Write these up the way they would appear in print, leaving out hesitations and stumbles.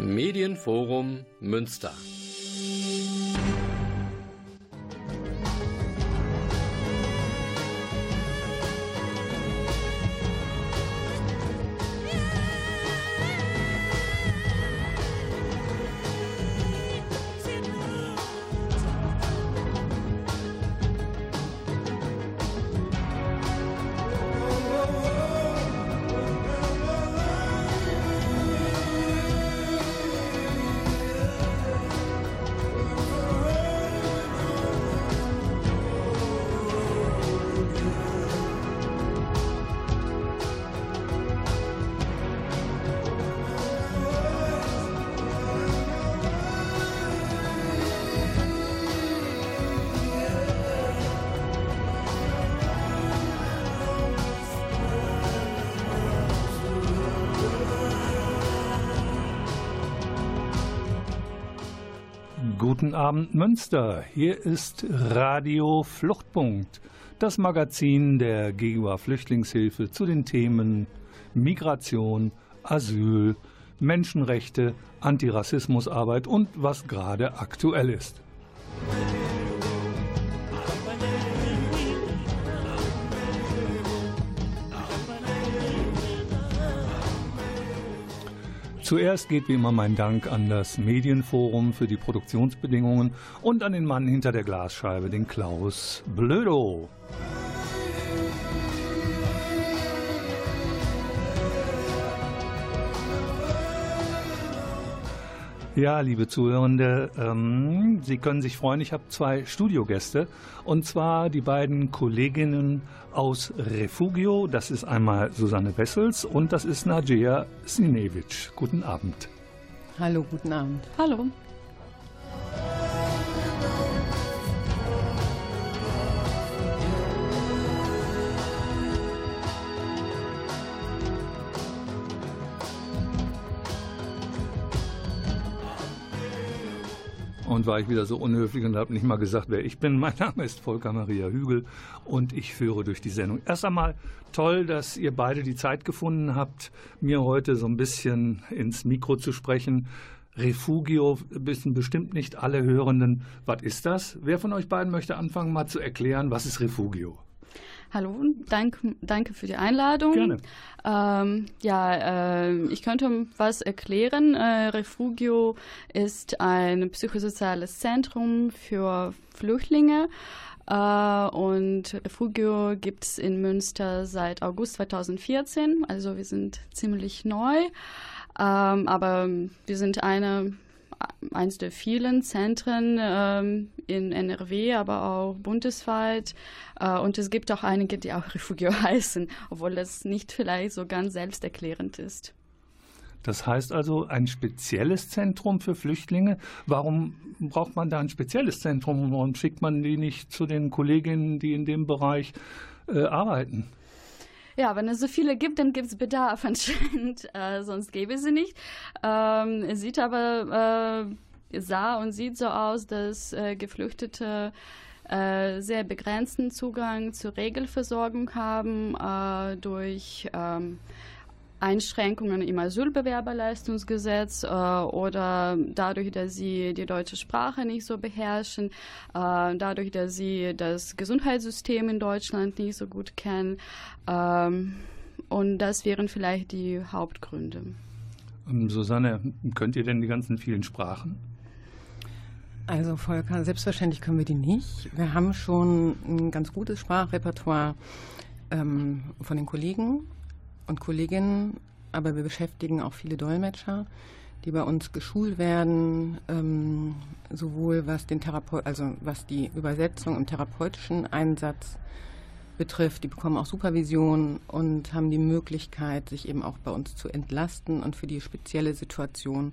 Medienforum Münster. Guten Abend Münster, hier ist Radio Fluchtpunkt, das Magazin der GEWA Flüchtlingshilfe zu den Themen Migration, Asyl, Menschenrechte, Antirassismusarbeit und was gerade aktuell ist. Zuerst geht wie immer mein Dank an das Medienforum für die Produktionsbedingungen und an den Mann hinter der Glasscheibe, den Klaus Blödo. Ja, liebe Zuhörende, Sie können sich freuen, ich habe 2 Studiogäste, und zwar die beiden Kolleginnen aus Refugio. Das ist einmal Susanne Wessels und das ist Nadjea Sinevic. Guten Abend. Hallo, guten Abend. Hallo. Und war ich wieder so unhöflich und habe nicht mal gesagt, wer ich bin. Mein Name ist Volker Maria Hügel und ich führe durch die Sendung. Erst einmal toll, dass ihr beide die Zeit gefunden habt, mir heute so ein bisschen ins Mikro zu sprechen. Refugio wissen bestimmt nicht alle Hörenden. Was ist das? Wer von euch beiden möchte anfangen, mal zu erklären, was ist Refugio? Hallo, danke für die Einladung. Gerne. Ich könnte was erklären. Refugio ist ein psychosoziales Zentrum für Flüchtlinge. Und Refugio gibt es in Münster seit August 2014. Also wir sind ziemlich neu. Aber wir sind eins der vielen Zentren in NRW, aber auch bundesweit. Und es gibt auch einige, die auch Refugio heißen, obwohl das nicht vielleicht so ganz selbsterklärend ist. Das heißt also ein spezielles Zentrum für Flüchtlinge. Warum braucht man da ein spezielles Zentrum? Warum schickt man die nicht zu den Kolleginnen, die in dem Bereich arbeiten? Ja, wenn es so viele gibt, dann gibt es Bedarf anscheinend, sonst gäbe es sie nicht. Es sieht aber, sah und sieht so aus, dass Geflüchtete sehr begrenzten Zugang zur Regelversorgung haben durch Einschränkungen im Asylbewerberleistungsgesetz oder dadurch, dass sie die deutsche Sprache nicht so beherrschen, dadurch, dass sie das Gesundheitssystem in Deutschland nicht so gut kennen. Und das wären vielleicht die Hauptgründe. Susanne, könnt ihr denn die ganzen vielen Sprachen? Also Volker, selbstverständlich können wir die nicht. Wir haben schon ein ganz gutes Sprachrepertoire von den Kollegen und Kolleginnen, aber wir beschäftigen auch viele Dolmetscher, die bei uns geschult werden, sowohl was was die Übersetzung im therapeutischen Einsatz betrifft. Die bekommen auch Supervision und haben die Möglichkeit, sich eben auch bei uns zu entlasten und für die spezielle Situation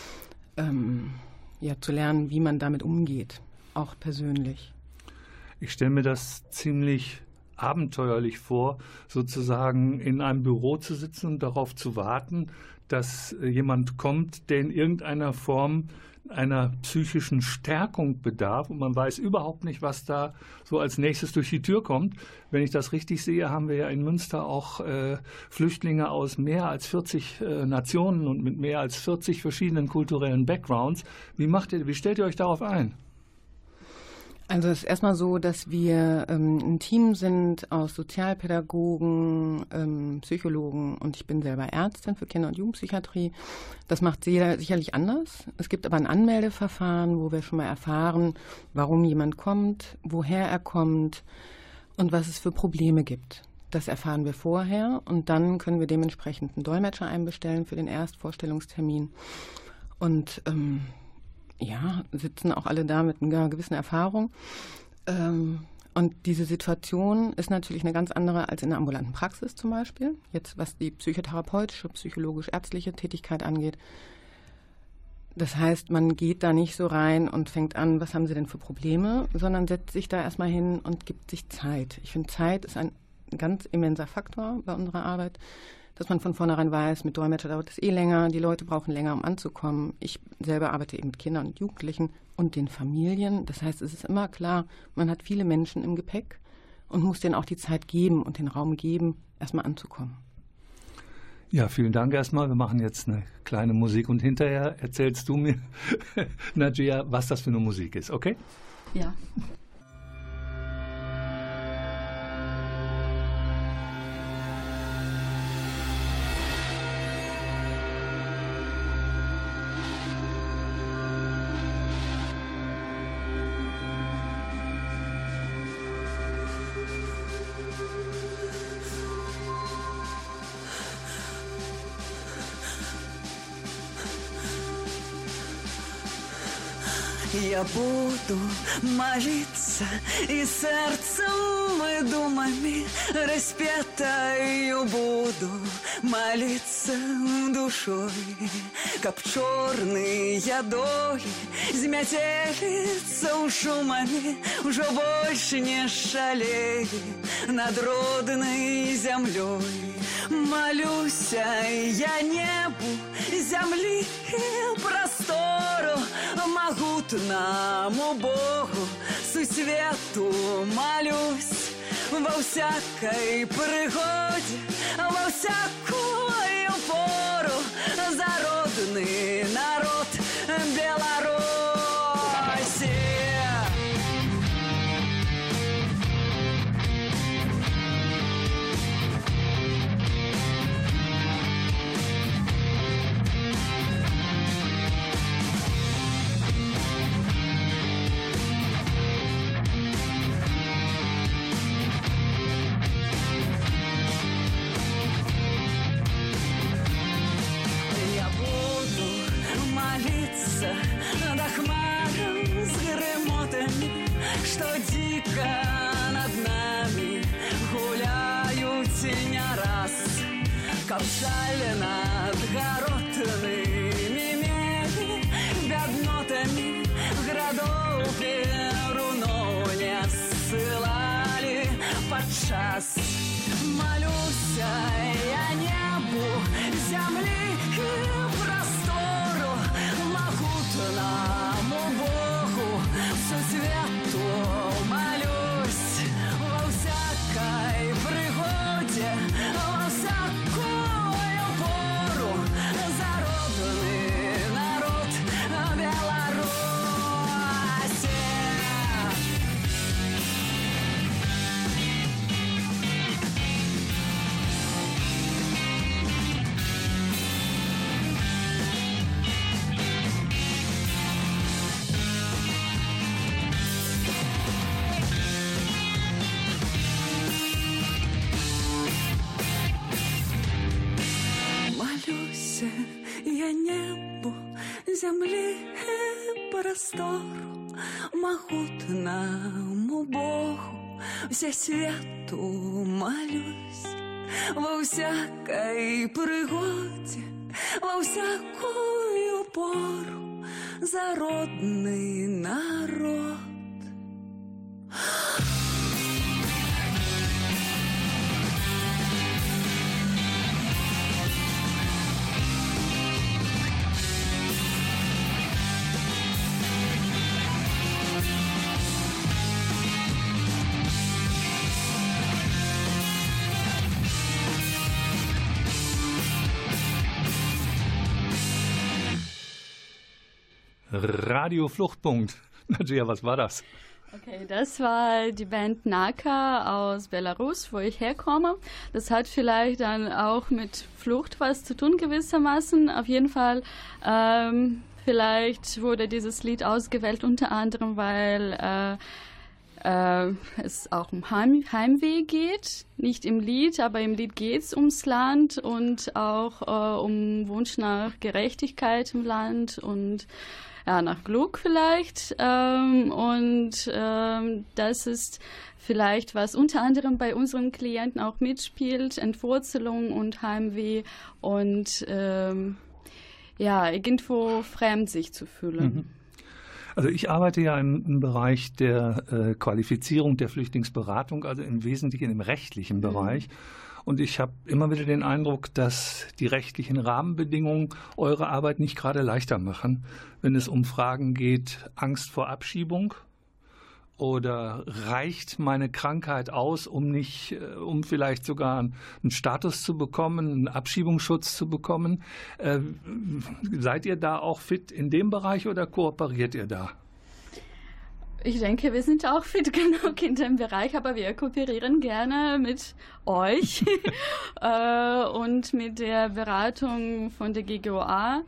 zu lernen, wie man damit umgeht, auch persönlich. Ich stelle mir das ziemlich abenteuerlich vor, sozusagen in einem Büro zu sitzen und darauf zu warten, dass jemand kommt, der in irgendeiner Form einer psychischen Stärkung bedarf und man weiß überhaupt nicht, was da so als nächstes durch die Tür kommt. Wenn ich das richtig sehe, haben wir ja in Münster auch Flüchtlinge aus mehr als 40 Nationen und mit mehr als 40 verschiedenen kulturellen Backgrounds. Wie stellt ihr euch darauf ein? Also es ist erstmal so, dass wir ein Team sind aus Sozialpädagogen, Psychologen und ich bin selber Ärztin für Kinder- und Jugendpsychiatrie. Das macht jeder sicherlich anders. Es gibt aber ein Anmeldeverfahren, wo wir schon mal erfahren, warum jemand kommt, woher er kommt und was es für Probleme gibt. Das erfahren wir vorher und dann können wir dementsprechend einen Dolmetscher einbestellen für den Erstvorstellungstermin. Und sitzen auch alle da mit einer gewissen Erfahrung. Und diese Situation ist natürlich eine ganz andere als in der ambulanten Praxis zum Beispiel. Jetzt was die psychotherapeutische, psychologisch-ärztliche Tätigkeit angeht. Das heißt, man geht da nicht so rein und fängt an, was haben Sie denn für Probleme, sondern setzt sich da erstmal hin und gibt sich Zeit. Ich finde, Zeit ist ein ganz immenser Faktor bei unserer Arbeit, dass man von vornherein weiß, mit Dolmetscher dauert es länger, die Leute brauchen länger, um anzukommen. Ich selber arbeite eben mit Kindern und Jugendlichen und den Familien. Das heißt, es ist immer klar, man hat viele Menschen im Gepäck und muss denen auch die Zeit geben und den Raum geben, erstmal anzukommen. Ja, vielen Dank erstmal. Wir machen jetzt eine kleine Musik und hinterher erzählst du mir, Nadja, was das für eine Musik ist, okay? Ja. Я буду молиться и сердцем, и думами распятою буду молиться душой, как черные доли змятелится у шумами, уже больше не шалеет над родной землей. Молюсь я небу, земли и простору, могутному Богу, сусвету молюсь во всякой пригоде, во всякую пору за родный народ Беларуси. До хмаром с гремотами, что дико над нами гуляют не раз, как жаль над городными мели, беднотами градов Перуно не ссылали подчас. Молюсь я небу, земли и простору, могутному Богу, свету молюсь во всякой пригоде, во всякую пору за родный народ Беларуси. Молюсь я небу, земли и простору, могутному Богу, всесвету молюсь во всякой пригоде, во всякую пору за родный народ. Radio Fluchtpunkt. Nadja, was war das? Okay, das war die Band Naka aus Belarus, wo ich herkomme. Das hat vielleicht dann auch mit Flucht was zu tun gewissermaßen. Auf jeden Fall, vielleicht wurde dieses Lied ausgewählt unter anderem, weil es auch um Heimweh geht. Nicht im Lied, aber im Lied geht es ums Land und auch um Wunsch nach Gerechtigkeit im Land und nach Glück vielleicht. Das ist vielleicht, was unter anderem bei unseren Klienten auch mitspielt, Entwurzelung und Heimweh und irgendwo fremd sich zu fühlen. Mhm. Also ich arbeite ja im Bereich der Qualifizierung der Flüchtlingsberatung, also im Wesentlichen im rechtlichen Bereich. Und ich habe immer wieder den Eindruck, dass die rechtlichen Rahmenbedingungen eure Arbeit nicht gerade leichter machen, wenn es um Fragen geht, Angst vor Abschiebung oder reicht meine Krankheit aus, um vielleicht sogar einen Status zu bekommen, einen Abschiebungsschutz zu bekommen. Seid ihr da auch fit in dem Bereich oder kooperiert ihr da? Ich denke, wir sind auch fit genug in dem Bereich, aber wir kooperieren gerne mit euch und mit der Beratung von der GGOA.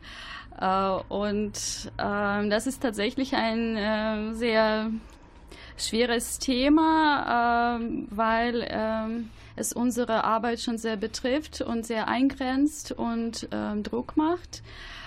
Das ist tatsächlich ein sehr schweres Thema, weil es unsere Arbeit schon sehr betrifft und sehr eingrenzt und Druck macht.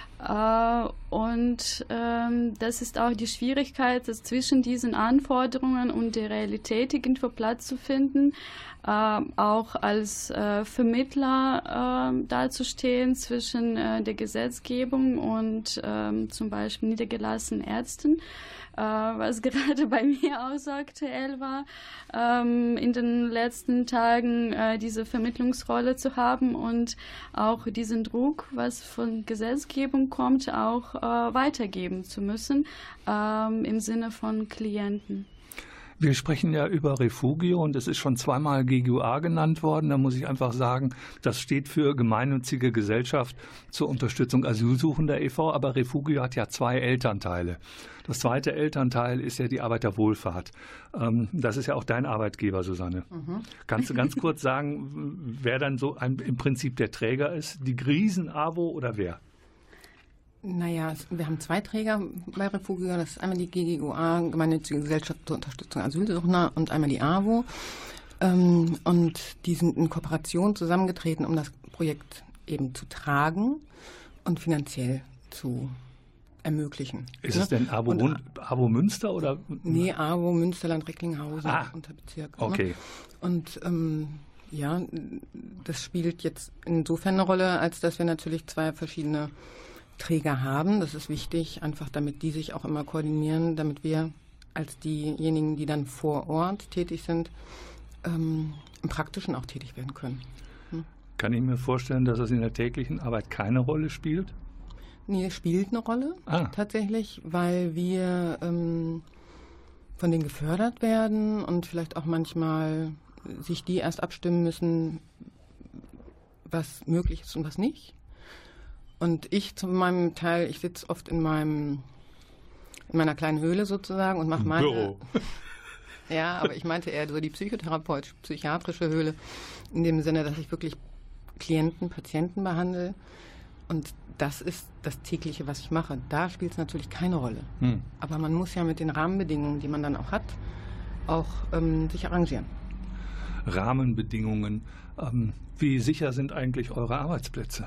Das ist auch die Schwierigkeit, dass zwischen diesen Anforderungen und der Realität irgendwo Platz zu finden, auch als Vermittler dazustehen zwischen der Gesetzgebung und zum Beispiel niedergelassenen Ärzten. Was gerade bei mir auch so aktuell war, in den letzten Tagen diese Vermittlungsrolle zu haben und auch diesen Druck, was von Gesetzgebung kommt, auch weitergeben zu müssen im Sinne von Klienten. Wir sprechen ja über Refugio und es ist schon zweimal GGOA genannt worden. Da muss ich einfach sagen, das steht für Gemeinnützige Gesellschaft zur Unterstützung Asylsuchender e.V., aber Refugio hat ja zwei Elternteile. Das zweite Elternteil ist ja die Arbeiterwohlfahrt. Das ist ja auch dein Arbeitgeber, Susanne. Mhm. Kannst du ganz kurz sagen, wer dann so im Prinzip der Träger ist? Die Griechen, AWO oder wer? Naja, wir haben zwei Träger bei Refugio. Das ist einmal die GGOA, Gemeinnützige Gesellschaft zur Unterstützung Asylsuchender, und einmal die AWO. Und die sind in Kooperation zusammengetreten, um das Projekt eben zu tragen und finanziell zu ermöglichen. Ist es denn AWO Münster oder? Nee, AWO Münsterland, Recklinghausen, Unterbezirk. Okay. Und das spielt jetzt insofern eine Rolle, als dass wir natürlich zwei verschiedene Träger haben. Das ist wichtig, einfach damit die sich auch immer koordinieren, damit wir als diejenigen, die dann vor Ort tätig sind, im Praktischen auch tätig werden können. Kann ich mir vorstellen, dass das in der täglichen Arbeit keine Rolle spielt? Nee, es spielt eine Rolle tatsächlich, weil wir von denen gefördert werden und vielleicht auch manchmal sich die erst abstimmen müssen, was möglich ist und was nicht. Und ich zu meinem Teil, ich sitze oft in meiner kleinen Höhle sozusagen und mache meine... Büro. Ja, aber ich meinte eher so die psychiatrische Höhle, in dem Sinne, dass ich wirklich Klienten, Patienten behandle. Und das ist das tägliche, was ich mache. Da spielt es natürlich keine Rolle. Aber man muss ja mit den Rahmenbedingungen, die man dann auch hat, auch sich arrangieren. Rahmenbedingungen. Wie sicher sind eigentlich eure Arbeitsplätze?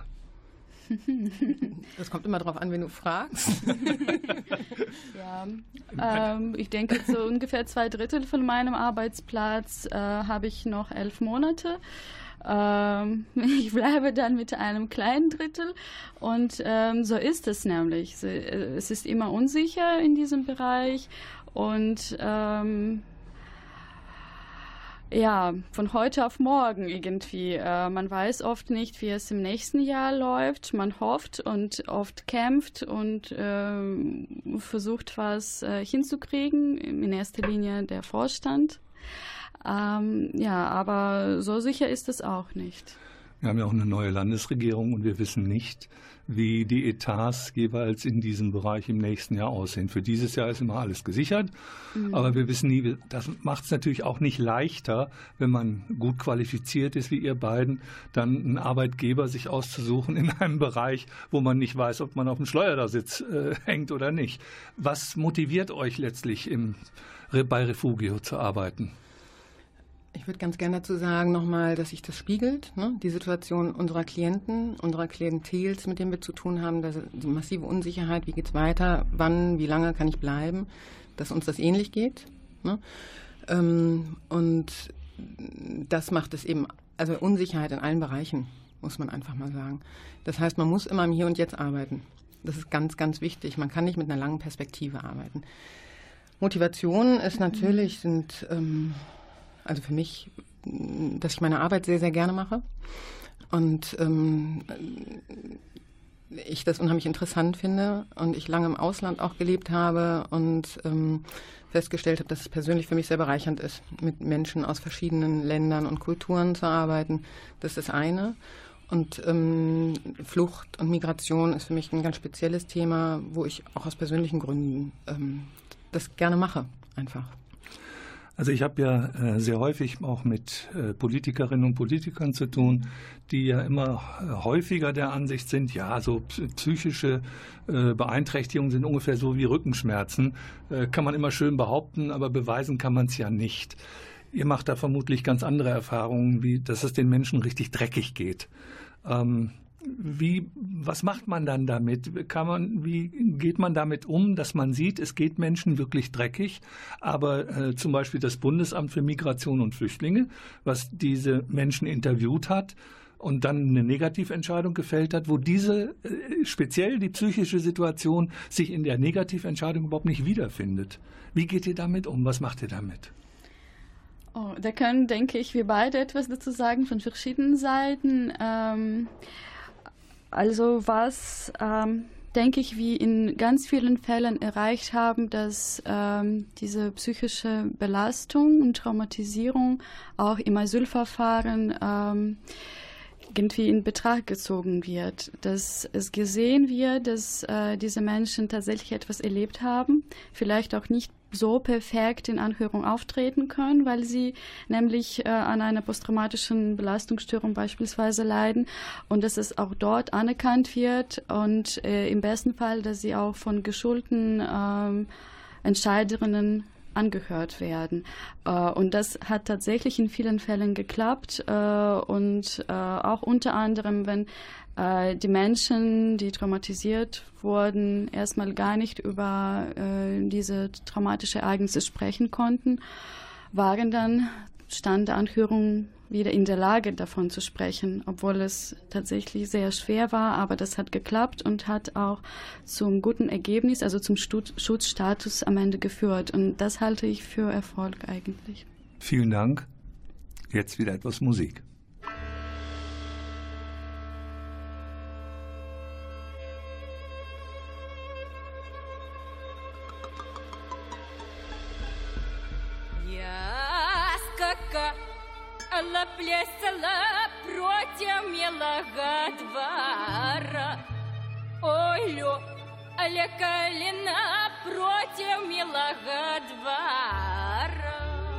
Das kommt immer darauf an, wen du fragst. Ich denke, so ungefähr 2/3 von meinem Arbeitsplatz habe ich noch 11 Monate. Ich bleibe dann mit einem kleinen Drittel und so ist es nämlich. Es ist immer unsicher in diesem Bereich und von heute auf morgen irgendwie. Man weiß oft nicht, wie es im nächsten Jahr läuft. Man hofft und oft kämpft und versucht, was hinzukriegen. In erster Linie der Vorstand. Aber so sicher ist es auch nicht. Wir haben ja auch eine neue Landesregierung und wir wissen nicht, wie die Etats jeweils in diesem Bereich im nächsten Jahr aussehen. Für dieses Jahr ist immer alles gesichert, aber wir wissen nie, das macht es natürlich auch nicht leichter, wenn man gut qualifiziert ist, wie ihr beiden, dann einen Arbeitgeber sich auszusuchen in einem Bereich, wo man nicht weiß, ob man auf dem Schleudersitz hängt oder nicht. Was motiviert euch letztlich bei Refugio zu arbeiten? Ich würde ganz gerne dazu sagen nochmal, dass sich das spiegelt, ne? Die Situation unserer Klienten, unserer Klientels, mit denen wir zu tun haben, die massive Unsicherheit, wie geht es weiter, wann, wie lange kann ich bleiben, dass uns das ähnlich geht. Ne? Und das macht es eben, also Unsicherheit in allen Bereichen, muss man einfach mal sagen. Das heißt, man muss immer im Hier und Jetzt arbeiten. Das ist ganz, ganz wichtig. Man kann nicht mit einer langen Perspektive arbeiten. Motivation ist natürlich, also für mich, dass ich meine Arbeit sehr, sehr gerne mache und ich das unheimlich interessant finde und ich lange im Ausland auch gelebt habe und festgestellt habe, dass es persönlich für mich sehr bereichernd ist, mit Menschen aus verschiedenen Ländern und Kulturen zu arbeiten. Das ist das eine. Und Flucht und Migration ist für mich ein ganz spezielles Thema, wo ich auch aus persönlichen Gründen das gerne mache, einfach. Also ich habe ja sehr häufig auch mit Politikerinnen und Politikern zu tun, die ja immer häufiger der Ansicht sind, ja, so psychische Beeinträchtigungen sind ungefähr so wie Rückenschmerzen. Kann man immer schön behaupten, aber beweisen kann man es ja nicht. Ihr macht da vermutlich ganz andere Erfahrungen, wie dass es den Menschen richtig dreckig geht. Was macht man dann damit? Wie geht man damit um, dass man sieht, es geht Menschen wirklich dreckig, aber zum Beispiel das Bundesamt für Migration und Flüchtlinge, was diese Menschen interviewt hat und dann eine Negativentscheidung gefällt hat, wo speziell die psychische Situation sich in der Negativentscheidung überhaupt nicht wiederfindet. Wie geht ihr damit um? Was macht ihr damit? Oh, da können, denke ich, wir beide etwas dazu sagen von verschiedenen Seiten. Also was, denke ich, wir in ganz vielen Fällen erreicht haben, dass diese psychische Belastung und Traumatisierung auch im Asylverfahren irgendwie in Betracht gezogen wird, dass es gesehen wird, dass diese Menschen tatsächlich etwas erlebt haben, vielleicht auch nicht so perfekt in Anhörung auftreten können, weil sie nämlich an einer posttraumatischen Belastungsstörung beispielsweise leiden und dass es auch dort anerkannt wird und im besten Fall, dass sie auch von geschulten Entscheiderinnen angehört werden. Und das hat tatsächlich in vielen Fällen geklappt und auch unter anderem, wenn die Menschen, die traumatisiert wurden, erstmal gar nicht über diese traumatische Ereignisse sprechen konnten, waren dann Stand der Anhörung wieder in der Lage, davon zu sprechen, obwohl es tatsächlich sehr schwer war, aber das hat geklappt und hat auch zum guten Ergebnis, also zum Schutzstatus am Ende geführt. Und das halte ich für Erfolg eigentlich. Vielen Dank. Jetzt wieder etwas Musik. Плесала против милого двора. Олю, аля колена против милого двора.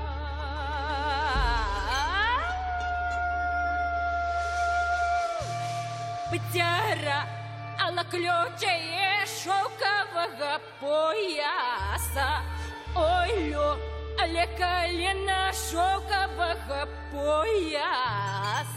Птяра, ала ключе шелкового пояса. Олю, аля колена шелкового пояса.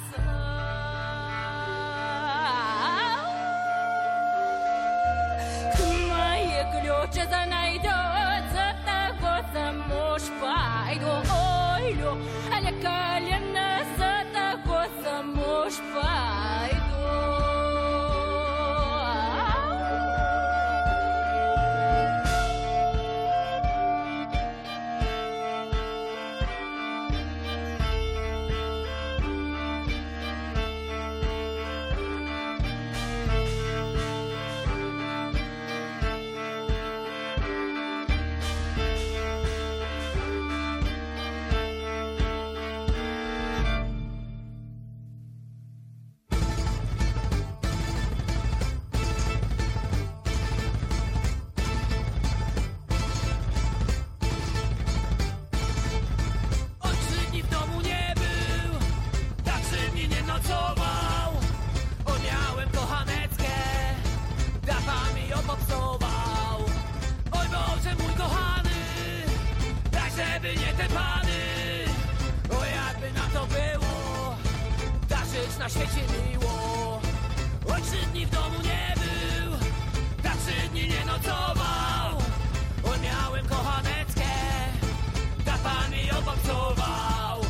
Мои ключи найдет, за того замуж пойду. Олю, аля колена, за того замуж пойду. na świecie miło. Oj, 3 dni w domu nie był, tak 3 dni nie nocował. Oj, miałem kochaneckę, tak pan mi ją popsuwał.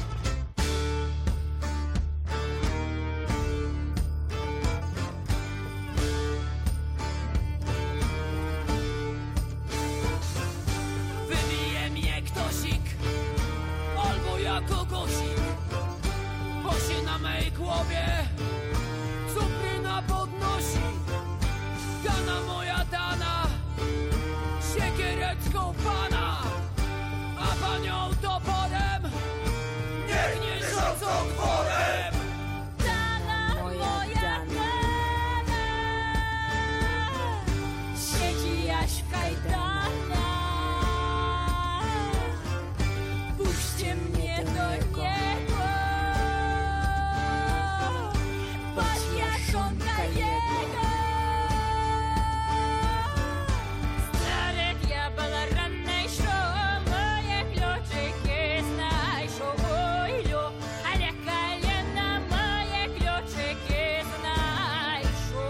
Wybije mnie ktośik, albo ja kokosik. Bosi na mej głowie, cupryna podnosi. Dana moja dana, siekiereczką pana, a panią toporem, niech nie rzucą dworem. Dana moja dana, siedzi jaś w kajdanach. Puśćcie mnie do niego, patrz jasionka jego. Stare diabła rannej szło, moje kluczyki znajszą. Ojlu, ale kalena moje kluczyki znajszą.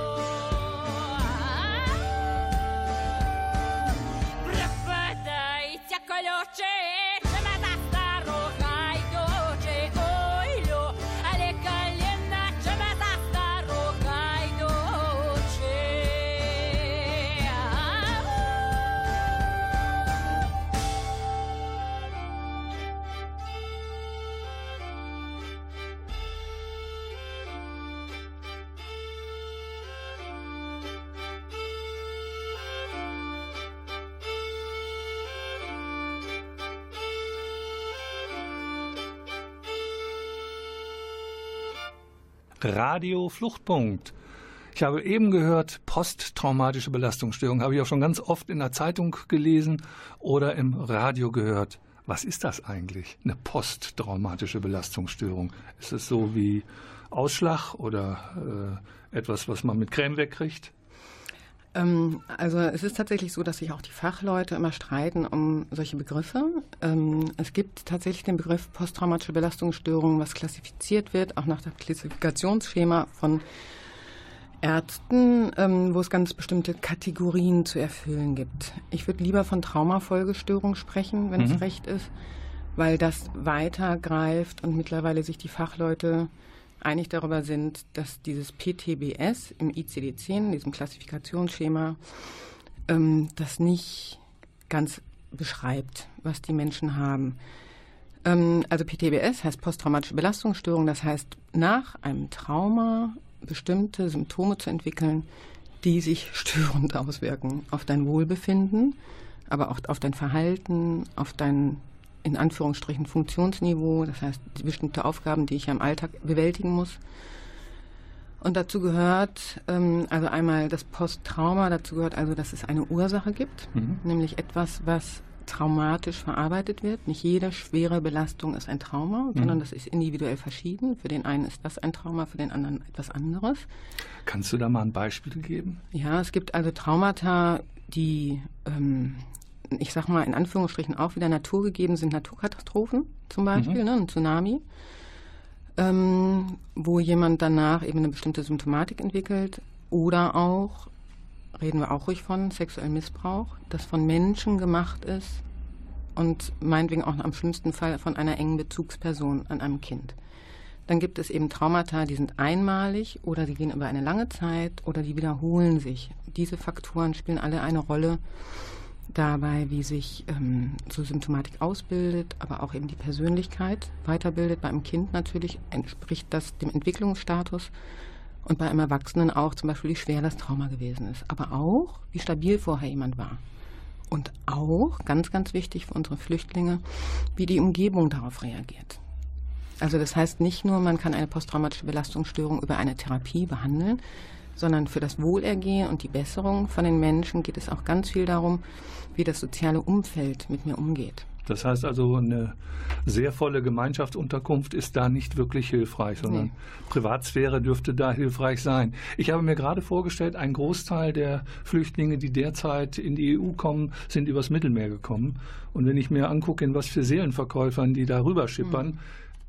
Пропадайте колючі, чима за стару гайдучі. Ойлю, але коліна, чима за стару гайдучі. Radio Fluchtpunkt. Ich habe eben gehört, posttraumatische Belastungsstörung. Habe ich auch schon ganz oft in der Zeitung gelesen oder im Radio gehört. Was ist das eigentlich, eine posttraumatische Belastungsstörung? Ist es so wie Ausschlag oder etwas, was man mit Creme wegkriegt? Also es ist tatsächlich so, dass sich auch die Fachleute immer streiten um solche Begriffe. Es gibt tatsächlich den Begriff posttraumatische Belastungsstörung, was klassifiziert wird, auch nach dem Klassifikationsschema von Ärzten, wo es ganz bestimmte Kategorien zu erfüllen gibt. Ich würde lieber von Traumafolgestörung sprechen, wenn es recht ist, weil das weiter greift und mittlerweile sich die Fachleute einig darüber sind, dass dieses PTBS im ICD-10, diesem Klassifikationsschema, das nicht ganz beschreibt, was die Menschen haben. Also PTBS heißt posttraumatische Belastungsstörung, das heißt nach einem Trauma bestimmte Symptome zu entwickeln, die sich störend auswirken auf dein Wohlbefinden, aber auch auf dein Verhalten, auf dein in Anführungsstrichen Funktionsniveau, das heißt bestimmte Aufgaben, die ich ja im Alltag bewältigen muss. Und dazu gehört also einmal das Posttrauma, dazu gehört also, dass es eine Ursache gibt, nämlich etwas, was traumatisch verarbeitet wird. Nicht jede schwere Belastung ist ein Trauma, sondern das ist individuell verschieden. Für den einen ist das ein Trauma, für den anderen etwas anderes. Kannst du da mal ein Beispiel geben? Ja, es gibt also Traumata, die ich sag mal in Anführungsstrichen auch wieder naturgegeben sind, Naturkatastrophen zum Beispiel, ein Tsunami, wo jemand danach eben eine bestimmte Symptomatik entwickelt oder auch, reden wir auch ruhig von, sexuellem Missbrauch, das von Menschen gemacht ist und meinetwegen auch am schlimmsten Fall von einer engen Bezugsperson an einem Kind. Dann gibt es eben Traumata, die sind einmalig oder die gehen über eine lange Zeit oder die wiederholen sich. Diese Faktoren spielen alle eine Rolle dabei, wie sich so Symptomatik ausbildet, aber auch eben die Persönlichkeit weiterbildet. Bei einem Kind natürlich entspricht das dem Entwicklungsstatus und bei einem Erwachsenen auch zum Beispiel, wie schwer das Trauma gewesen ist, aber auch, wie stabil vorher jemand war. Und auch, ganz, ganz wichtig für unsere Flüchtlinge, wie die Umgebung darauf reagiert. Also das heißt nicht nur, man kann eine posttraumatische Belastungsstörung über eine Therapie behandeln, sondern für das Wohlergehen und die Besserung von den Menschen geht es auch ganz viel darum, wie das soziale Umfeld mit mir umgeht. Das heißt also, eine sehr volle Gemeinschaftsunterkunft ist da nicht wirklich hilfreich, sondern Privatsphäre dürfte da hilfreich sein. Ich habe mir gerade vorgestellt, ein Großteil der Flüchtlinge, die derzeit in die EU kommen, sind übers Mittelmeer gekommen. Und wenn ich mir angucke, in was für Seelenverkäufern die da rüberschippern,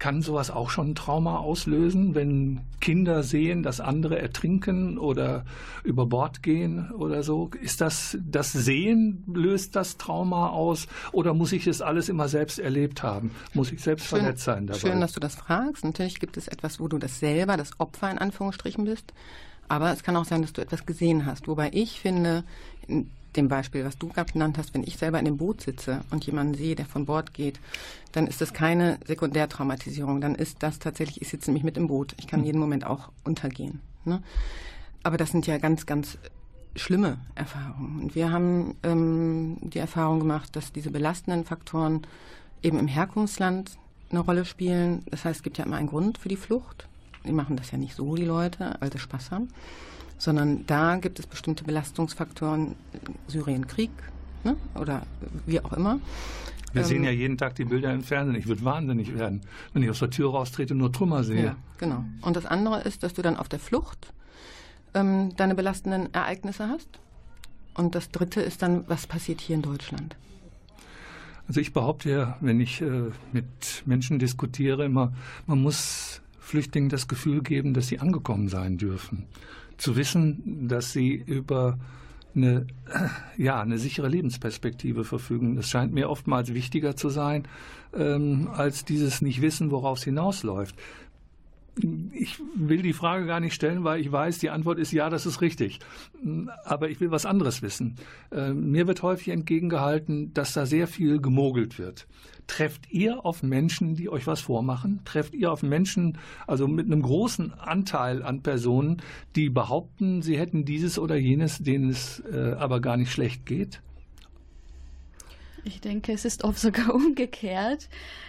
Kann sowas auch schon ein Trauma auslösen, wenn Kinder sehen, dass andere ertrinken oder über Bord gehen oder so? Ist das Sehen, löst das Trauma aus oder muss ich das alles immer selbst erlebt haben? Muss ich selbst verletzt sein dabei? Schön, dass du das fragst. Natürlich gibt es etwas, wo du das selber, das Opfer in Anführungsstrichen bist. Aber es kann auch sein, dass du etwas gesehen hast. Wobei ich finde, in dem Beispiel, was du gerade genannt hast, wenn ich selber in dem Boot sitze und jemanden sehe, der von Bord geht, dann ist das keine Sekundärtraumatisierung. Dann ist das tatsächlich, ich sitze nämlich mit im Boot. Ich kann jeden Moment auch untergehen. Ne? Aber das sind ja ganz, ganz schlimme Erfahrungen. Und wir haben die Erfahrung gemacht, dass diese belastenden Faktoren eben im Herkunftsland eine Rolle spielen. Das heißt, es gibt ja immer einen Grund für die Flucht. Die machen das ja nicht so, die Leute, weil sie Spaß haben. Sondern da gibt es bestimmte Belastungsfaktoren, Syrien, Krieg, ne? Oder wie auch immer. Wir sehen ja jeden Tag die Bilder im Fernsehen. Ich würde wahnsinnig werden, wenn ich aus der Tür raustrete und nur Trümmer sehe. Ja, genau. Und das andere ist, dass du dann auf der Flucht deine belastenden Ereignisse hast. Und das dritte ist dann, was passiert hier in Deutschland? Also ich behaupte ja, wenn ich mit Menschen diskutiere, immer, man muss Flüchtlingen das Gefühl geben, dass sie angekommen sein dürfen. Zu wissen, dass sie über eine sichere Lebensperspektive verfügen. Das scheint mir oftmals wichtiger zu sein, als dieses Nicht-Wissen, worauf es hinausläuft. Ich will die Frage gar nicht stellen, weil ich weiß, die Antwort ist ja, das ist richtig. Aber ich will was anderes wissen. Mir wird häufig entgegengehalten, dass da sehr viel gemogelt wird. Trefft ihr auf Menschen, die euch was vormachen? Trefft ihr auf Menschen, also mit einem großen Anteil an Personen, die behaupten, sie hätten dieses oder jenes, denen es aber gar nicht schlecht geht? Ich denke, es ist oft sogar umgekehrt,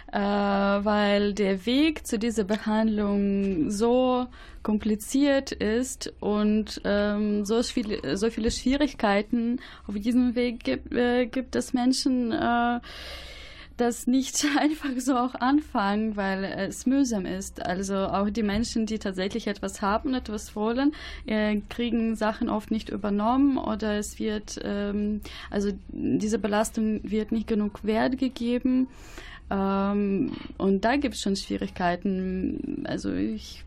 weil der Weg zu dieser Behandlung so kompliziert ist und so viele Schwierigkeiten auf diesem Weg gibt es Menschen, das nicht einfach so auch anfangen, weil es mühsam ist. Also auch die Menschen, die tatsächlich etwas haben, etwas wollen, kriegen Sachen oft nicht übernommen oder es wird, also diese Belastung wird nicht genug Wert gegeben. Und da gibt es schon Schwierigkeiten. Also ich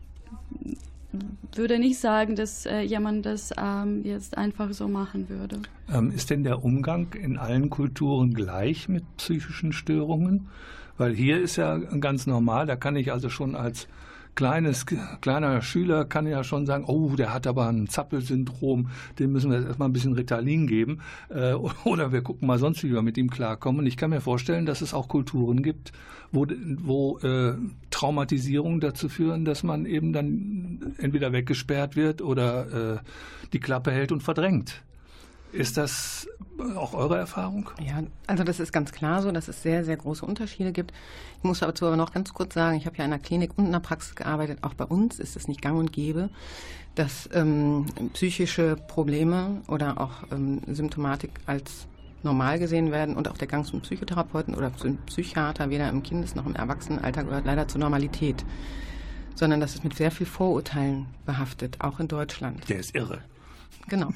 würde nicht sagen, dass jemand das jetzt einfach so machen würde. Ist denn der Umgang in allen Kulturen gleich mit psychischen Störungen? Weil hier ist ja ganz normal, da kann ich also schon als kleiner Schüler kann ja schon sagen, oh, der hat aber ein Zappel-Syndrom, dem müssen wir jetzt erstmal ein bisschen Ritalin geben oder wir gucken mal sonst, wie wir mit ihm klarkommen. Und ich kann mir vorstellen, dass es auch Kulturen gibt, wo Traumatisierung dazu führen, dass man eben dann entweder weggesperrt wird oder die Klappe hält und verdrängt. Ist das auch eure Erfahrung? Ja, also das ist ganz klar so, dass es sehr, sehr große Unterschiede gibt. Ich muss dazu aber noch ganz kurz sagen, ich habe ja in der Klinik und in der Praxis gearbeitet. Auch bei uns ist es nicht gang und gäbe, dass psychische Probleme oder auch Symptomatik als normal gesehen werden. Und auch der Gang zum Psychotherapeuten oder zum Psychiater, weder im Kindes- noch im Erwachsenenalter, gehört leider zur Normalität. Sondern das ist mit sehr viel Vorurteilen behaftet, auch in Deutschland. Der ist irre. Genau.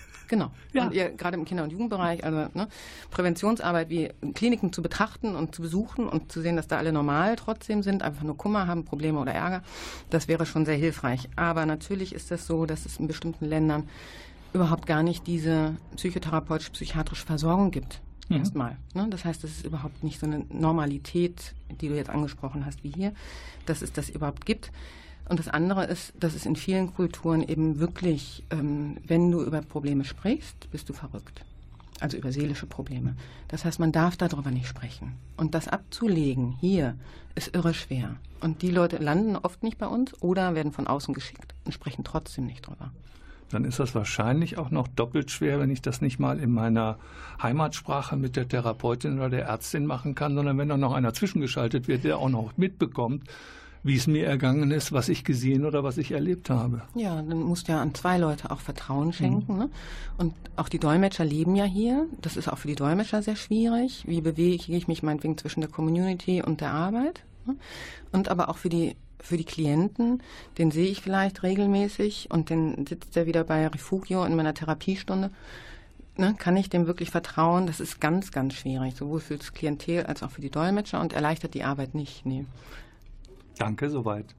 Ja. Und ihr gerade im Kinder- und Jugendbereich, also Präventionsarbeit wie Kliniken zu betrachten und zu besuchen und zu sehen, dass da alle normal trotzdem sind, einfach nur Kummer haben, Probleme oder Ärger, das wäre schon sehr hilfreich. Aber natürlich ist das so, dass es in bestimmten Ländern überhaupt gar nicht diese psychotherapeutisch-psychiatrische Versorgung gibt. Erstmal. Ne? Das heißt, es ist überhaupt nicht so eine Normalität, die du jetzt angesprochen hast, wie hier, dass es das überhaupt gibt. Und das andere ist, dass es in vielen Kulturen eben wirklich, wenn du über Probleme sprichst, bist du verrückt. Also über seelische Probleme. Das heißt, man darf darüber nicht sprechen. Und das abzulegen hier ist irre schwer. Und die Leute landen oft nicht bei uns oder werden von außen geschickt und sprechen trotzdem nicht drüber. Dann ist das wahrscheinlich auch noch doppelt schwer, wenn ich das nicht mal in meiner Heimatsprache mit der Therapeutin oder der Ärztin machen kann, sondern wenn dann noch einer zwischengeschaltet wird, der auch noch mitbekommt, wie es mir ergangen ist, was ich gesehen oder was ich erlebt habe. Ja, dann musst du ja an zwei Leute auch Vertrauen schenken. Ne? Und auch die Dolmetscher leben ja hier. Das ist auch für die Dolmetscher sehr schwierig. Wie bewege ich mich meinetwegen zwischen der Community und der Arbeit? Ne? Und aber auch für die Klienten, den sehe ich vielleicht regelmäßig und dann sitzt er wieder bei Refugio in meiner Therapiestunde. Ne, kann ich dem wirklich vertrauen? Das ist ganz, ganz schwierig, sowohl für das Klientel als auch für die Dolmetscher und erleichtert die Arbeit nicht. Nee. Danke, soweit.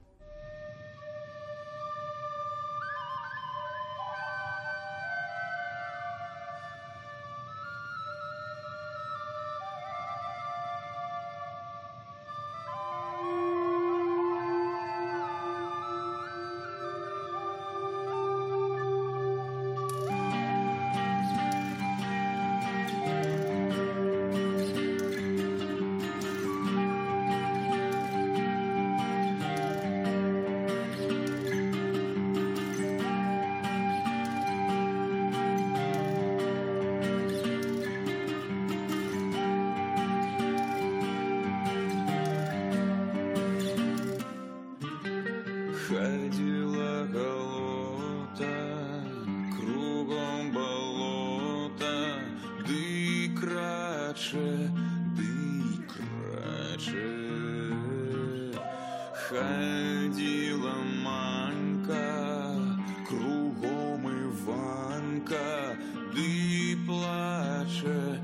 Ходила голота, кругом болота, ды краче, ходила манька, кругом Иванка, ды плаче,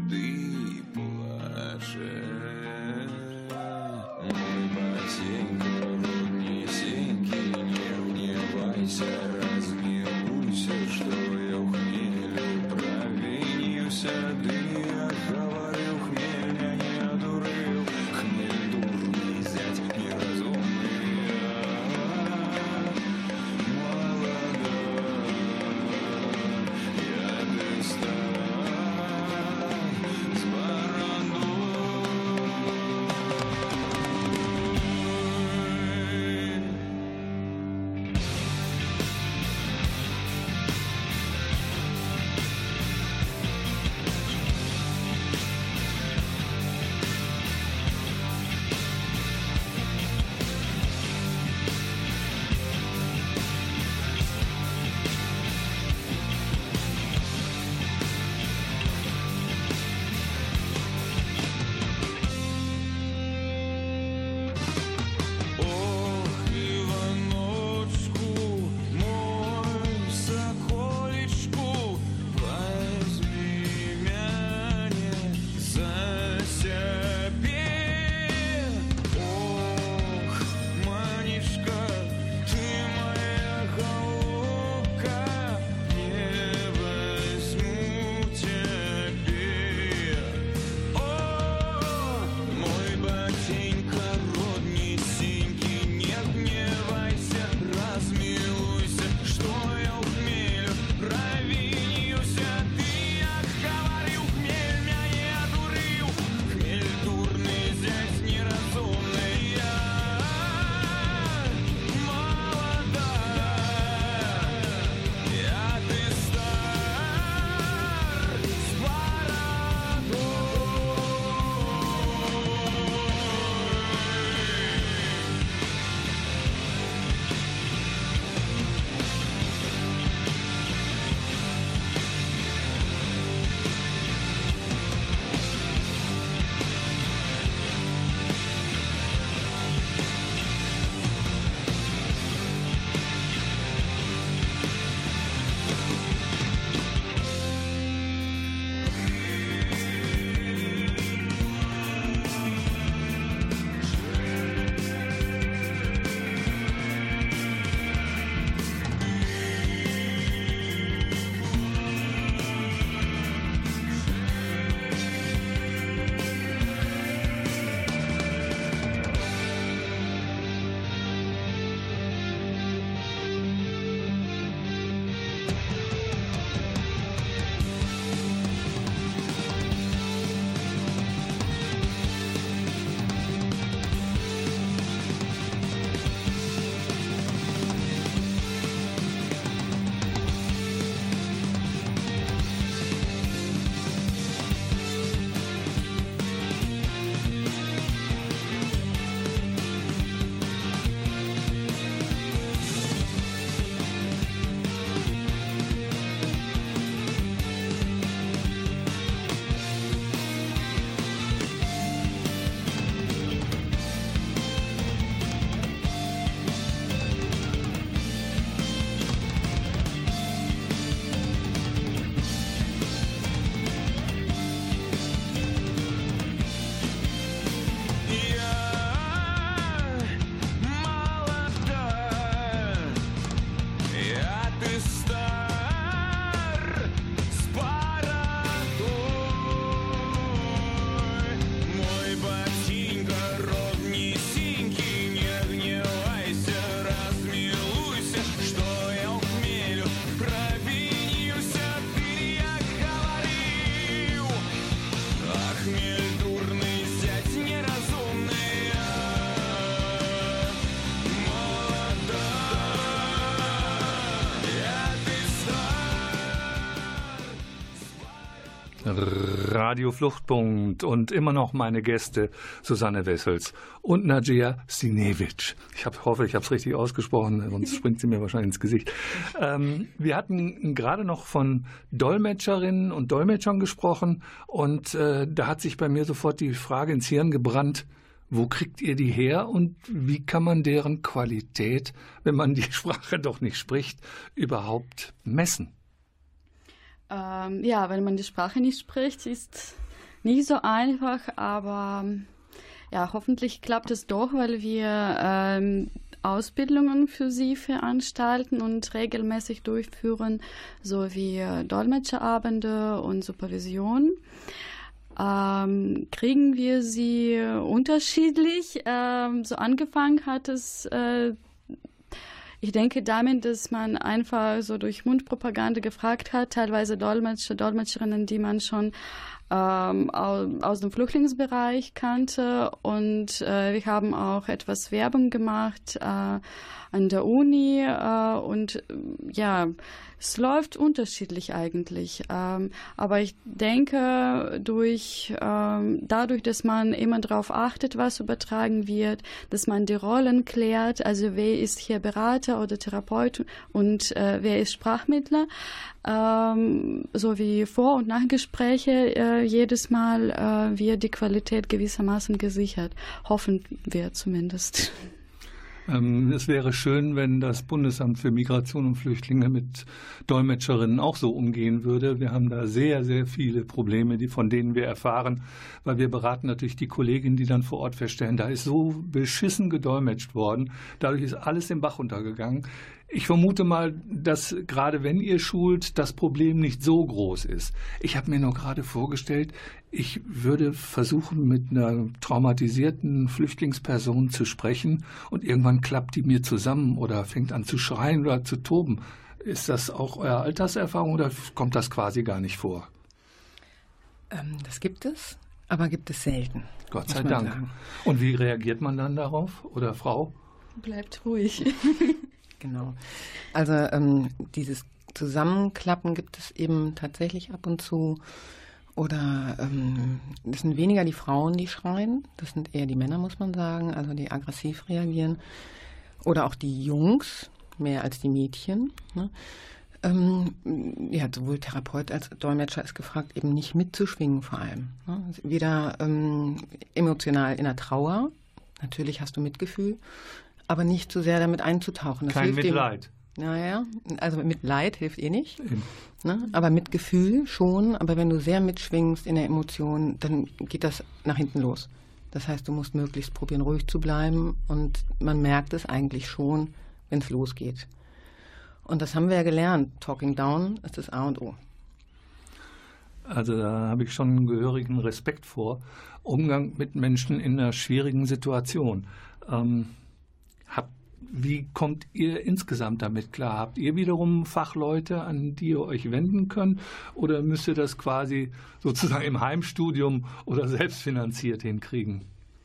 мой батенька, роднесенький, не гневайся, разгневуйся, что я в хмелю провинился, да я говорил, хмель меня не одурил, хмель дурный зять, неразумный, молодой, я да стара, с барандой. Radio Fluchtpunkt und immer noch meine Gäste Susanne Wessels und Nadja Sinevic. Ich hoffe, ich habe es richtig ausgesprochen, sonst springt sie mir wahrscheinlich ins Gesicht. Wir hatten gerade noch von Dolmetscherinnen und Dolmetschern gesprochen und da hat sich bei mir sofort die Frage ins Hirn gebrannt, wo kriegt ihr die her und wie kann man deren Qualität, wenn man die Sprache doch nicht spricht, überhaupt messen? Ja, wenn man die Sprache nicht spricht, ist nicht so einfach, aber ja, hoffentlich klappt es doch, weil wir Ausbildungen für sie veranstalten und regelmäßig durchführen, sowie Dolmetscherabende und Supervision. Kriegen wir sie unterschiedlich. So angefangen hat es ich denke damit, dass man einfach so durch Mundpropaganda gefragt hat, teilweise Dolmetscher, Dolmetscherinnen, die man schon aus dem Flüchtlingsbereich kannte. Und wir haben auch etwas Werbung gemacht an der Uni. Und ja, es läuft unterschiedlich eigentlich. Aber ich denke, dadurch, dass man immer darauf achtet, was übertragen wird, dass man die Rollen klärt, also wer ist hier Berater oder Therapeut und wer ist Sprachmittler, sowie Vor- und Nachgespräche, jedes Mal wird die Qualität gewissermaßen gesichert. Hoffen wir zumindest. Es wäre schön, wenn das Bundesamt für Migration und Flüchtlinge mit Dolmetscherinnen auch so umgehen würde. Wir haben da sehr, sehr viele Probleme, von denen wir erfahren, weil wir beraten natürlich die Kolleginnen, die dann vor Ort feststellen, da ist so beschissen gedolmetscht worden. Dadurch ist alles im Bach untergegangen. Ich vermute mal, dass gerade wenn ihr schult, das Problem nicht so groß ist. Ich habe mir nur gerade vorgestellt, ich würde versuchen, mit einer traumatisierten Flüchtlingsperson zu sprechen und irgendwann klappt die mir zusammen oder fängt an zu schreien oder zu toben. Ist das auch eure Alltagserfahrung oder kommt das quasi gar nicht vor? Das gibt es, aber gibt es selten. Gott sei Dank. Sagen. Und wie reagiert man dann darauf? Oder Frau? Bleibt ruhig. Genau. Also dieses Zusammenklappen gibt es eben tatsächlich ab und zu. Oder das sind weniger die Frauen, die schreien. Das sind eher die Männer, muss man sagen, also die aggressiv reagieren. Oder auch die Jungs, mehr als die Mädchen. Ne? Ja, sowohl Therapeut als Dolmetscher ist gefragt, eben nicht mitzuschwingen vor allem. Ne? Weder emotional in der Trauer, natürlich hast du Mitgefühl, aber nicht zu sehr damit einzutauchen. Das Kein Mitleid. Naja, also mit Leid hilft eh nicht. Ne? Aber mit Gefühl schon. Aber wenn du sehr mitschwingst in der Emotion, dann geht das nach hinten los. Das heißt, du musst möglichst probieren, ruhig zu bleiben. Und man merkt es eigentlich schon, wenn es losgeht. Und das haben wir ja gelernt. Talking down ist das A und O. Also da habe ich schon einen gehörigen Respekt vor. Umgang mit Menschen in einer schwierigen Situation. Wie kommt ihr insgesamt damit klar? Habt ihr wiederum Fachleute, an die ihr euch wenden könnt? Oder müsst ihr das quasi sozusagen im Heimstudium oder selbstfinanziert hinkriegen?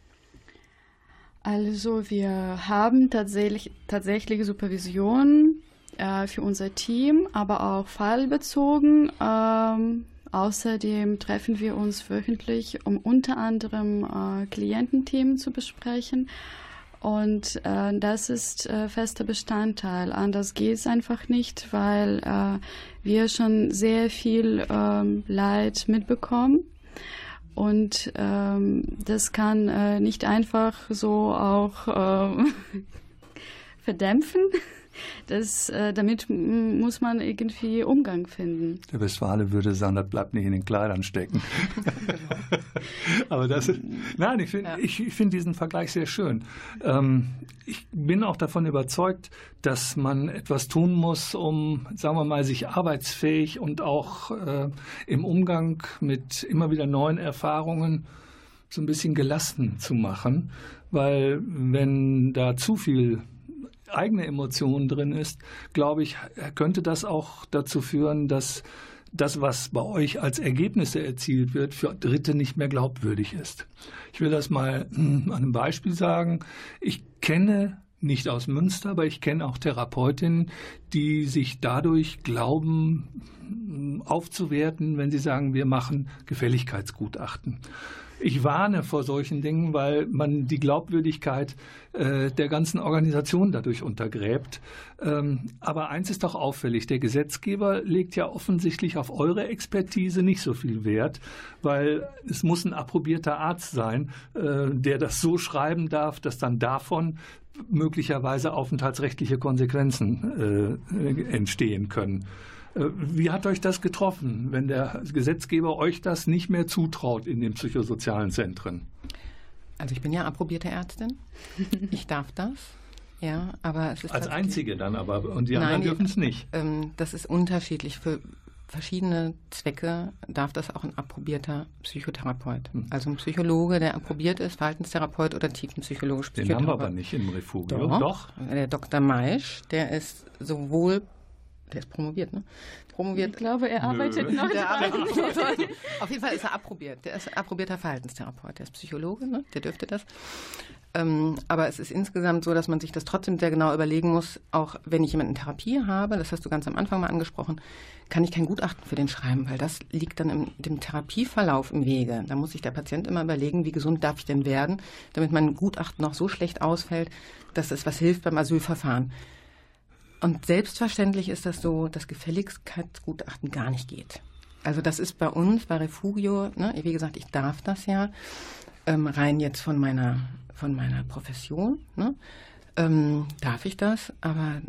Also wir haben tatsächlich Supervision für unser Team, aber auch fallbezogen. Außerdem treffen wir uns wöchentlich, um unter anderem Kliententhemen zu besprechen. Und das ist fester Bestandteil. Anders geht es einfach nicht, weil wir schon sehr viel Leid mitbekommen. Und das kann nicht einfach so auch verdämpfen. Damit muss man irgendwie Umgang finden. Der Westfale würde sagen, das bleibt nicht in den Kleidern stecken. Aber das ist, nein, ich finde diesen Vergleich sehr schön. Ich bin auch davon überzeugt, dass man etwas tun muss, um, sagen wir mal, sich arbeitsfähig und auch im Umgang mit immer wieder neuen Erfahrungen so ein bisschen gelassen zu machen. Weil wenn da zu viel eigene Emotionen drin ist, glaube ich, könnte das auch dazu führen, dass das, was bei euch als Ergebnisse erzielt wird, für Dritte nicht mehr glaubwürdig ist. Ich will das mal an einem Beispiel sagen. Ich kenne nicht aus Münster, aber ich kenne auch Therapeutinnen, die sich dadurch glauben aufzuwerten, wenn sie sagen, wir machen Gefälligkeitsgutachten. Ich warne vor solchen Dingen, weil man die Glaubwürdigkeit der ganzen Organisation dadurch untergräbt. Aber eins ist doch auffällig, der Gesetzgeber legt ja offensichtlich auf eure Expertise nicht so viel Wert, weil es muss ein approbierter Arzt sein, der das so schreiben darf, dass dann davon möglicherweise aufenthaltsrechtliche Konsequenzen entstehen können. Wie hat euch das getroffen, wenn der Gesetzgeber euch das nicht mehr zutraut in den psychosozialen Zentren? Also ich bin ja approbierte Ärztin. Ich darf das. Ja, aber es ist als einzige dann aber und die anderen dürfen es nicht. Das ist unterschiedlich. Für verschiedene Zwecke darf das auch ein approbierter Psychotherapeut. Also ein Psychologe, der approbiert ist, Verhaltenstherapeut oder tiefenpsychologisch Psychotherapeut. Den haben wir aber nicht im Refugio. Doch. Der Dr. Maisch, der ist sowohl, der ist promoviert, ne? Ich glaube, er arbeitet noch. Auf jeden Fall ist er approbiert. Der ist approbierter Verhaltenstherapeut. Der ist Psychologe, ne? Der dürfte das. Aber es ist insgesamt so, dass man sich das trotzdem sehr genau überlegen muss, auch wenn ich jemanden in Therapie habe, das hast du ganz am Anfang mal angesprochen, kann ich kein Gutachten für den schreiben, weil das liegt dann in dem Therapieverlauf im Wege. Da muss sich der Patient immer überlegen, wie gesund darf ich denn werden, damit mein Gutachten noch so schlecht ausfällt, dass es was hilft beim Asylverfahren. Und selbstverständlich ist das so, dass Gefälligkeitsgutachten gar nicht geht. Also das ist bei uns, bei Refugio, ne, wie gesagt, ich darf das ja, rein jetzt von meiner Profession, ne, darf ich das, aber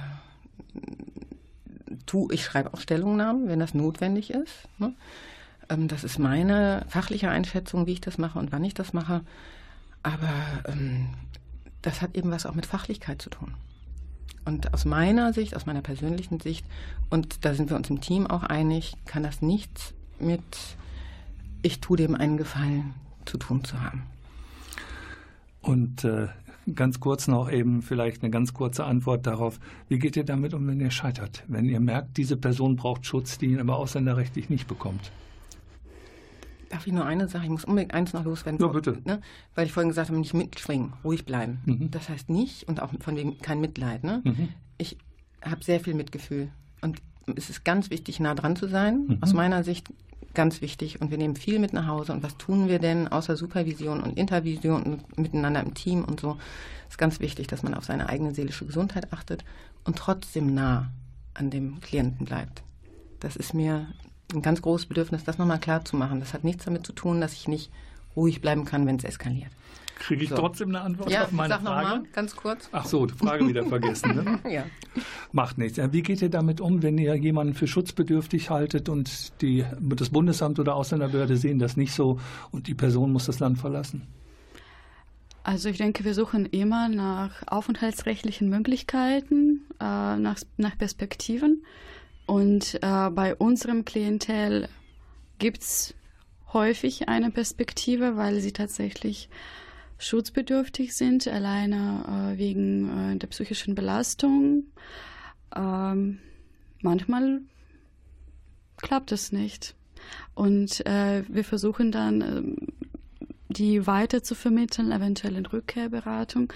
ich schreibe auch Stellungnahmen, wenn das notwendig ist. Ne. Das ist meine fachliche Einschätzung, wie ich das mache und wann ich das mache. Aber das hat eben was auch mit Fachlichkeit zu tun. Und aus meiner Sicht, aus meiner persönlichen Sicht, und da sind wir uns im Team auch einig, kann das nichts mit ich tue dem einen Gefallen zu tun zu haben. Und ganz kurz noch eben vielleicht eine ganz kurze Antwort darauf. Wie geht ihr damit um, wenn ihr scheitert? Wenn ihr merkt, diese Person braucht Schutz, die ihn aber ausländerrechtlich nicht bekommt? Darf ich nur eine Sache? Ich muss unbedingt eins noch loswerden. Ja, bitte. Ne? Weil ich vorhin gesagt habe, nicht mitschwingen, ruhig bleiben. Das heißt nicht, und auch von wegen kein Mitleid. Ne? Ich habe sehr viel Mitgefühl. Und es ist ganz wichtig, nah dran zu sein. Aus meiner Sicht ganz wichtig. Und wir nehmen viel mit nach Hause. Und was tun wir denn außer Supervision und Intervision und miteinander im Team und so? Es ist ganz wichtig, dass man auf seine eigene seelische Gesundheit achtet und trotzdem nah an dem Klienten bleibt. Das ist mir ein ganz großes Bedürfnis, das nochmal klar zu machen. Das hat nichts damit zu tun, dass ich nicht ruhig bleiben kann, wenn es eskaliert. Kriege ich trotzdem eine Antwort auf meine Frage? Ja, sag nochmal, ganz kurz. Ach so, die Frage wieder vergessen. Ne? Ja. Macht nichts. Wie geht ihr damit um, wenn ihr jemanden für schutzbedürftig haltet und das Bundesamt oder Ausländerbehörde sehen das nicht so und die Person muss das Land verlassen? Also ich denke, wir suchen immer nach aufenthaltsrechtlichen Möglichkeiten, nach Perspektiven. Und bei unserem Klientel gibt es häufig eine Perspektive, weil sie tatsächlich schutzbedürftig sind, alleine wegen der psychischen Belastung. Manchmal klappt es nicht. Und wir versuchen dann, die weiter zu vermitteln, eventuell in Rückkehrberatung.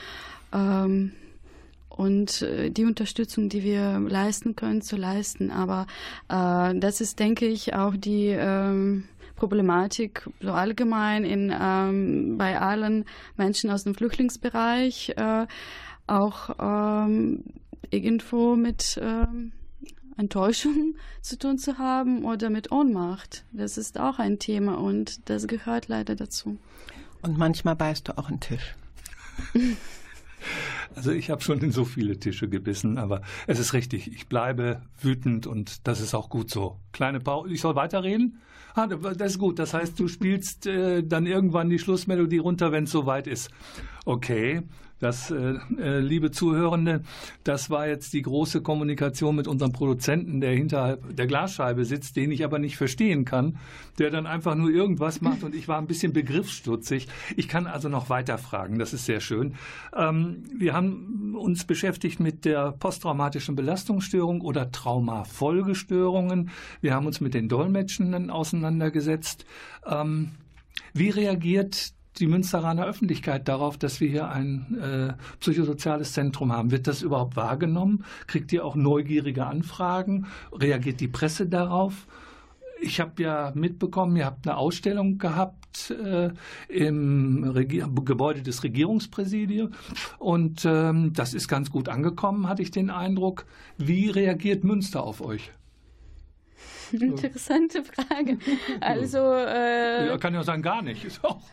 Und die Unterstützung, die wir leisten können, zu leisten. Aber das ist, denke ich, auch die Problematik so allgemein bei allen Menschen aus dem Flüchtlingsbereich, auch irgendwo mit Enttäuschung zu tun zu haben oder mit Ohnmacht. Das ist auch ein Thema und das gehört leider dazu. Und manchmal beißt du auch einen Tisch. Also ich habe schon in so viele Tische gebissen, aber es ist richtig, ich bleibe wütend und das ist auch gut so. Kleine Pause, ich soll weiterreden? Das ist gut, das heißt, du spielst dann irgendwann die Schlussmelodie runter, wenn es soweit ist. Okay, das, liebe Zuhörende, das war jetzt die große Kommunikation mit unserem Produzenten, der hinterhalb der Glasscheibe sitzt, den ich aber nicht verstehen kann, der dann einfach nur irgendwas macht und ich war ein bisschen begriffsstutzig. Ich kann also noch weiter fragen, das ist sehr schön. Wir haben uns beschäftigt mit der posttraumatischen Belastungsstörung oder Traumafolgestörungen. Wir haben uns mit den Dolmetschenden auseinandergesetzt. Wie reagiert die Münsteraner Öffentlichkeit darauf, dass wir hier ein psychosoziales Zentrum haben? Wird das überhaupt wahrgenommen? Kriegt ihr auch neugierige Anfragen? Reagiert die Presse darauf? Ich habe ja mitbekommen, ihr habt eine Ausstellung gehabt im Gebäude des Regierungspräsidiums und das ist ganz gut angekommen, hatte ich den Eindruck. Wie reagiert Münster auf euch? Interessante Frage. Also, kann ja sagen, gar nicht. Ist auch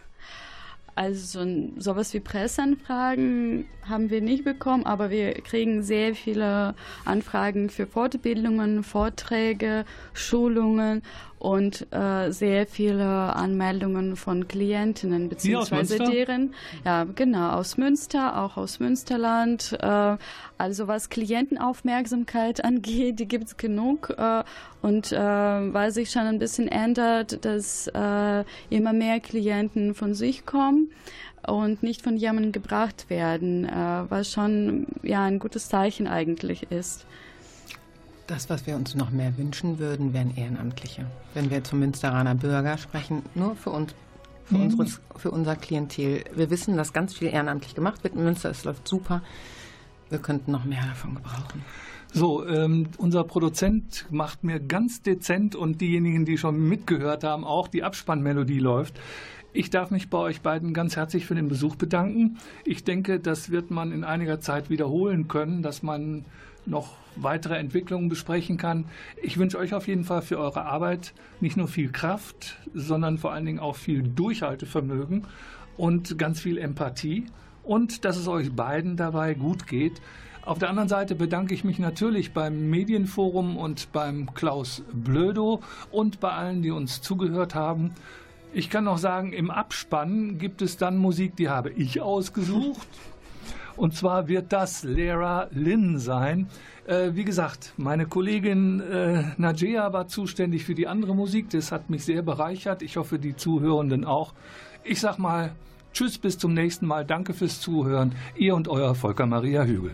also sowas wie Presseanfragen haben wir nicht bekommen, aber wir kriegen sehr viele Anfragen für Fortbildungen, Vorträge, Schulungen und sehr viele Anmeldungen von Klientinnen beziehungsweise deren, ja genau, aus Münster, auch aus Münsterland. Also was Klientenaufmerksamkeit angeht, die gibt es genug und weil sich schon ein bisschen ändert, dass immer mehr Klienten von sich kommen und nicht von jemandem gebracht werden, was schon ja ein gutes Zeichen eigentlich ist. Das, was wir uns noch mehr wünschen würden, wären Ehrenamtliche. Wenn wir zum Münsteraner Bürger sprechen, nur für uns, für unser Klientel. Wir wissen, dass ganz viel ehrenamtlich gemacht wird in Münster. Es läuft super. Wir könnten noch mehr davon gebrauchen. So, unser Produzent macht mir ganz dezent und diejenigen, die schon mitgehört haben, auch die Abspannmelodie läuft. Ich darf mich bei euch beiden ganz herzlich für den Besuch bedanken. Ich denke, das wird man in einiger Zeit wiederholen können, dass man noch weitere Entwicklungen besprechen kann. Ich wünsche euch auf jeden Fall für eure Arbeit nicht nur viel Kraft, sondern vor allen Dingen auch viel Durchhaltevermögen und ganz viel Empathie und dass es euch beiden dabei gut geht. Auf der anderen Seite bedanke ich mich natürlich beim Medienforum und beim Klaus Blödo und bei allen, die uns zugehört haben. Ich kann noch sagen, im Abspann gibt es dann Musik, die habe ich ausgesucht. Und zwar wird das Lara Lynn sein. Wie gesagt, meine Kollegin Najea war zuständig für die andere Musik. Das hat mich sehr bereichert. Ich hoffe, die Zuhörenden auch. Ich sag mal tschüss, bis zum nächsten Mal. Danke fürs Zuhören. Ihr und euer Volker Maria Hügel.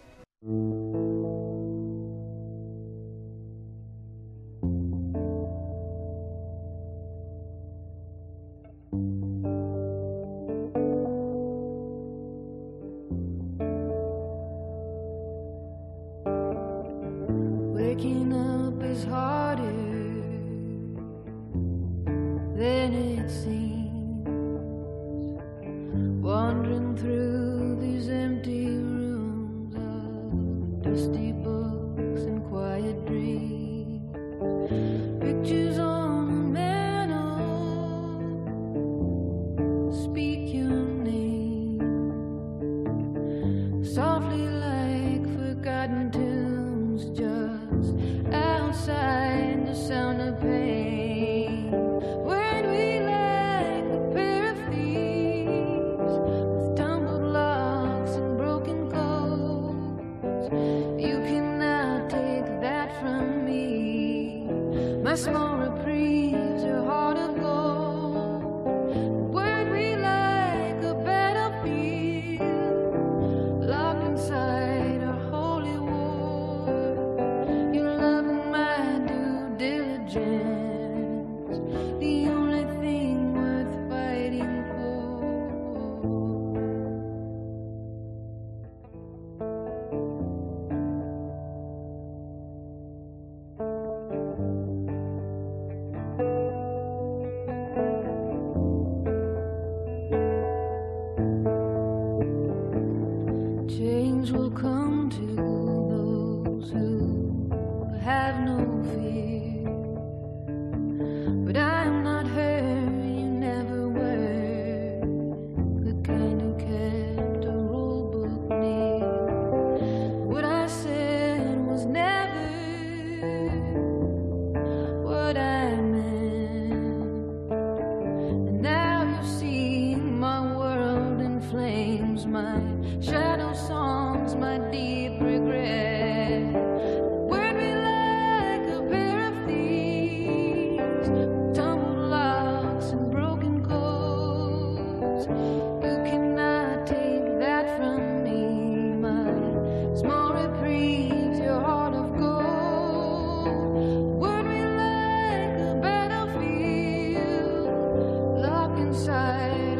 Waking up is harder than it seems. Wandering through these empty rooms of dusty books and quiet dreams. Pictures on the mantle speak your name softly like forgotten tunes, just outside the sound of pain. Weren't we like a pair of thieves with tumbled locks and broken coats? You cannot take that from me. My small reprieves are heart of gold. Weren't we like a battlefield locked inside a holy war? Your love and my due diligence, the only thing worth fighting for. Change will come to those who have no fear. But I'm not her, you never were the kind who kept a rule book near. What I said was never what I meant. And now you see my world in flames, my shadow songs, my deep regret. Weren't we like a pair of thieves, tumbled locks and broken coats? You cannot take that from me. My small reprieves, your heart of gold. Weren't we like a battlefield locked inside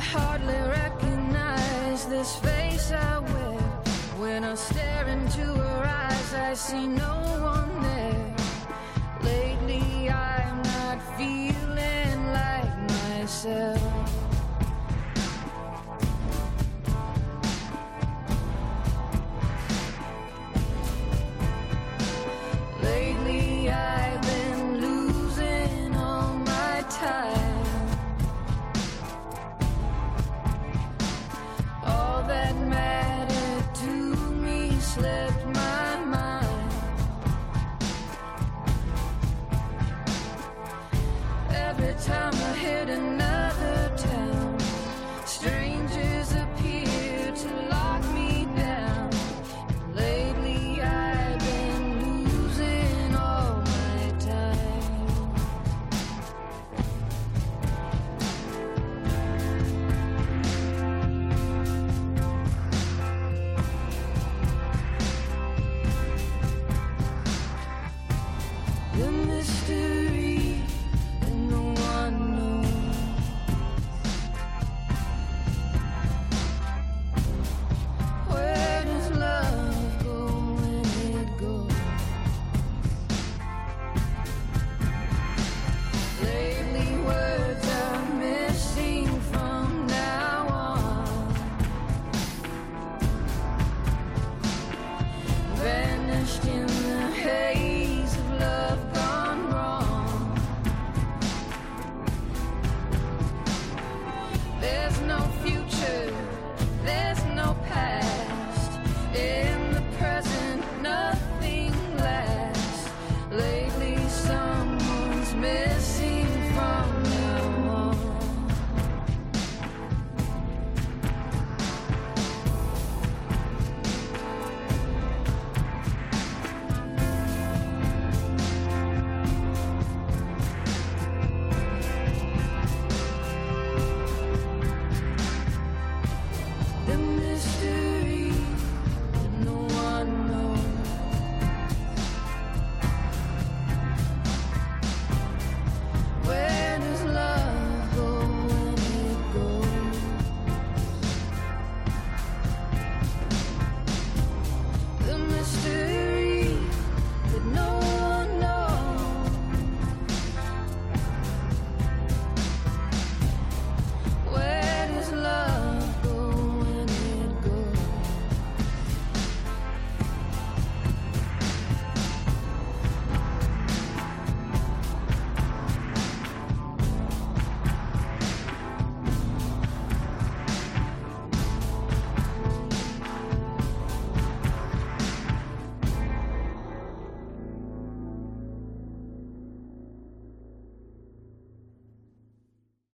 hardly recognize this face I wear. When I stare into her eyes, I see no one there. Lately I'm not feeling like myself.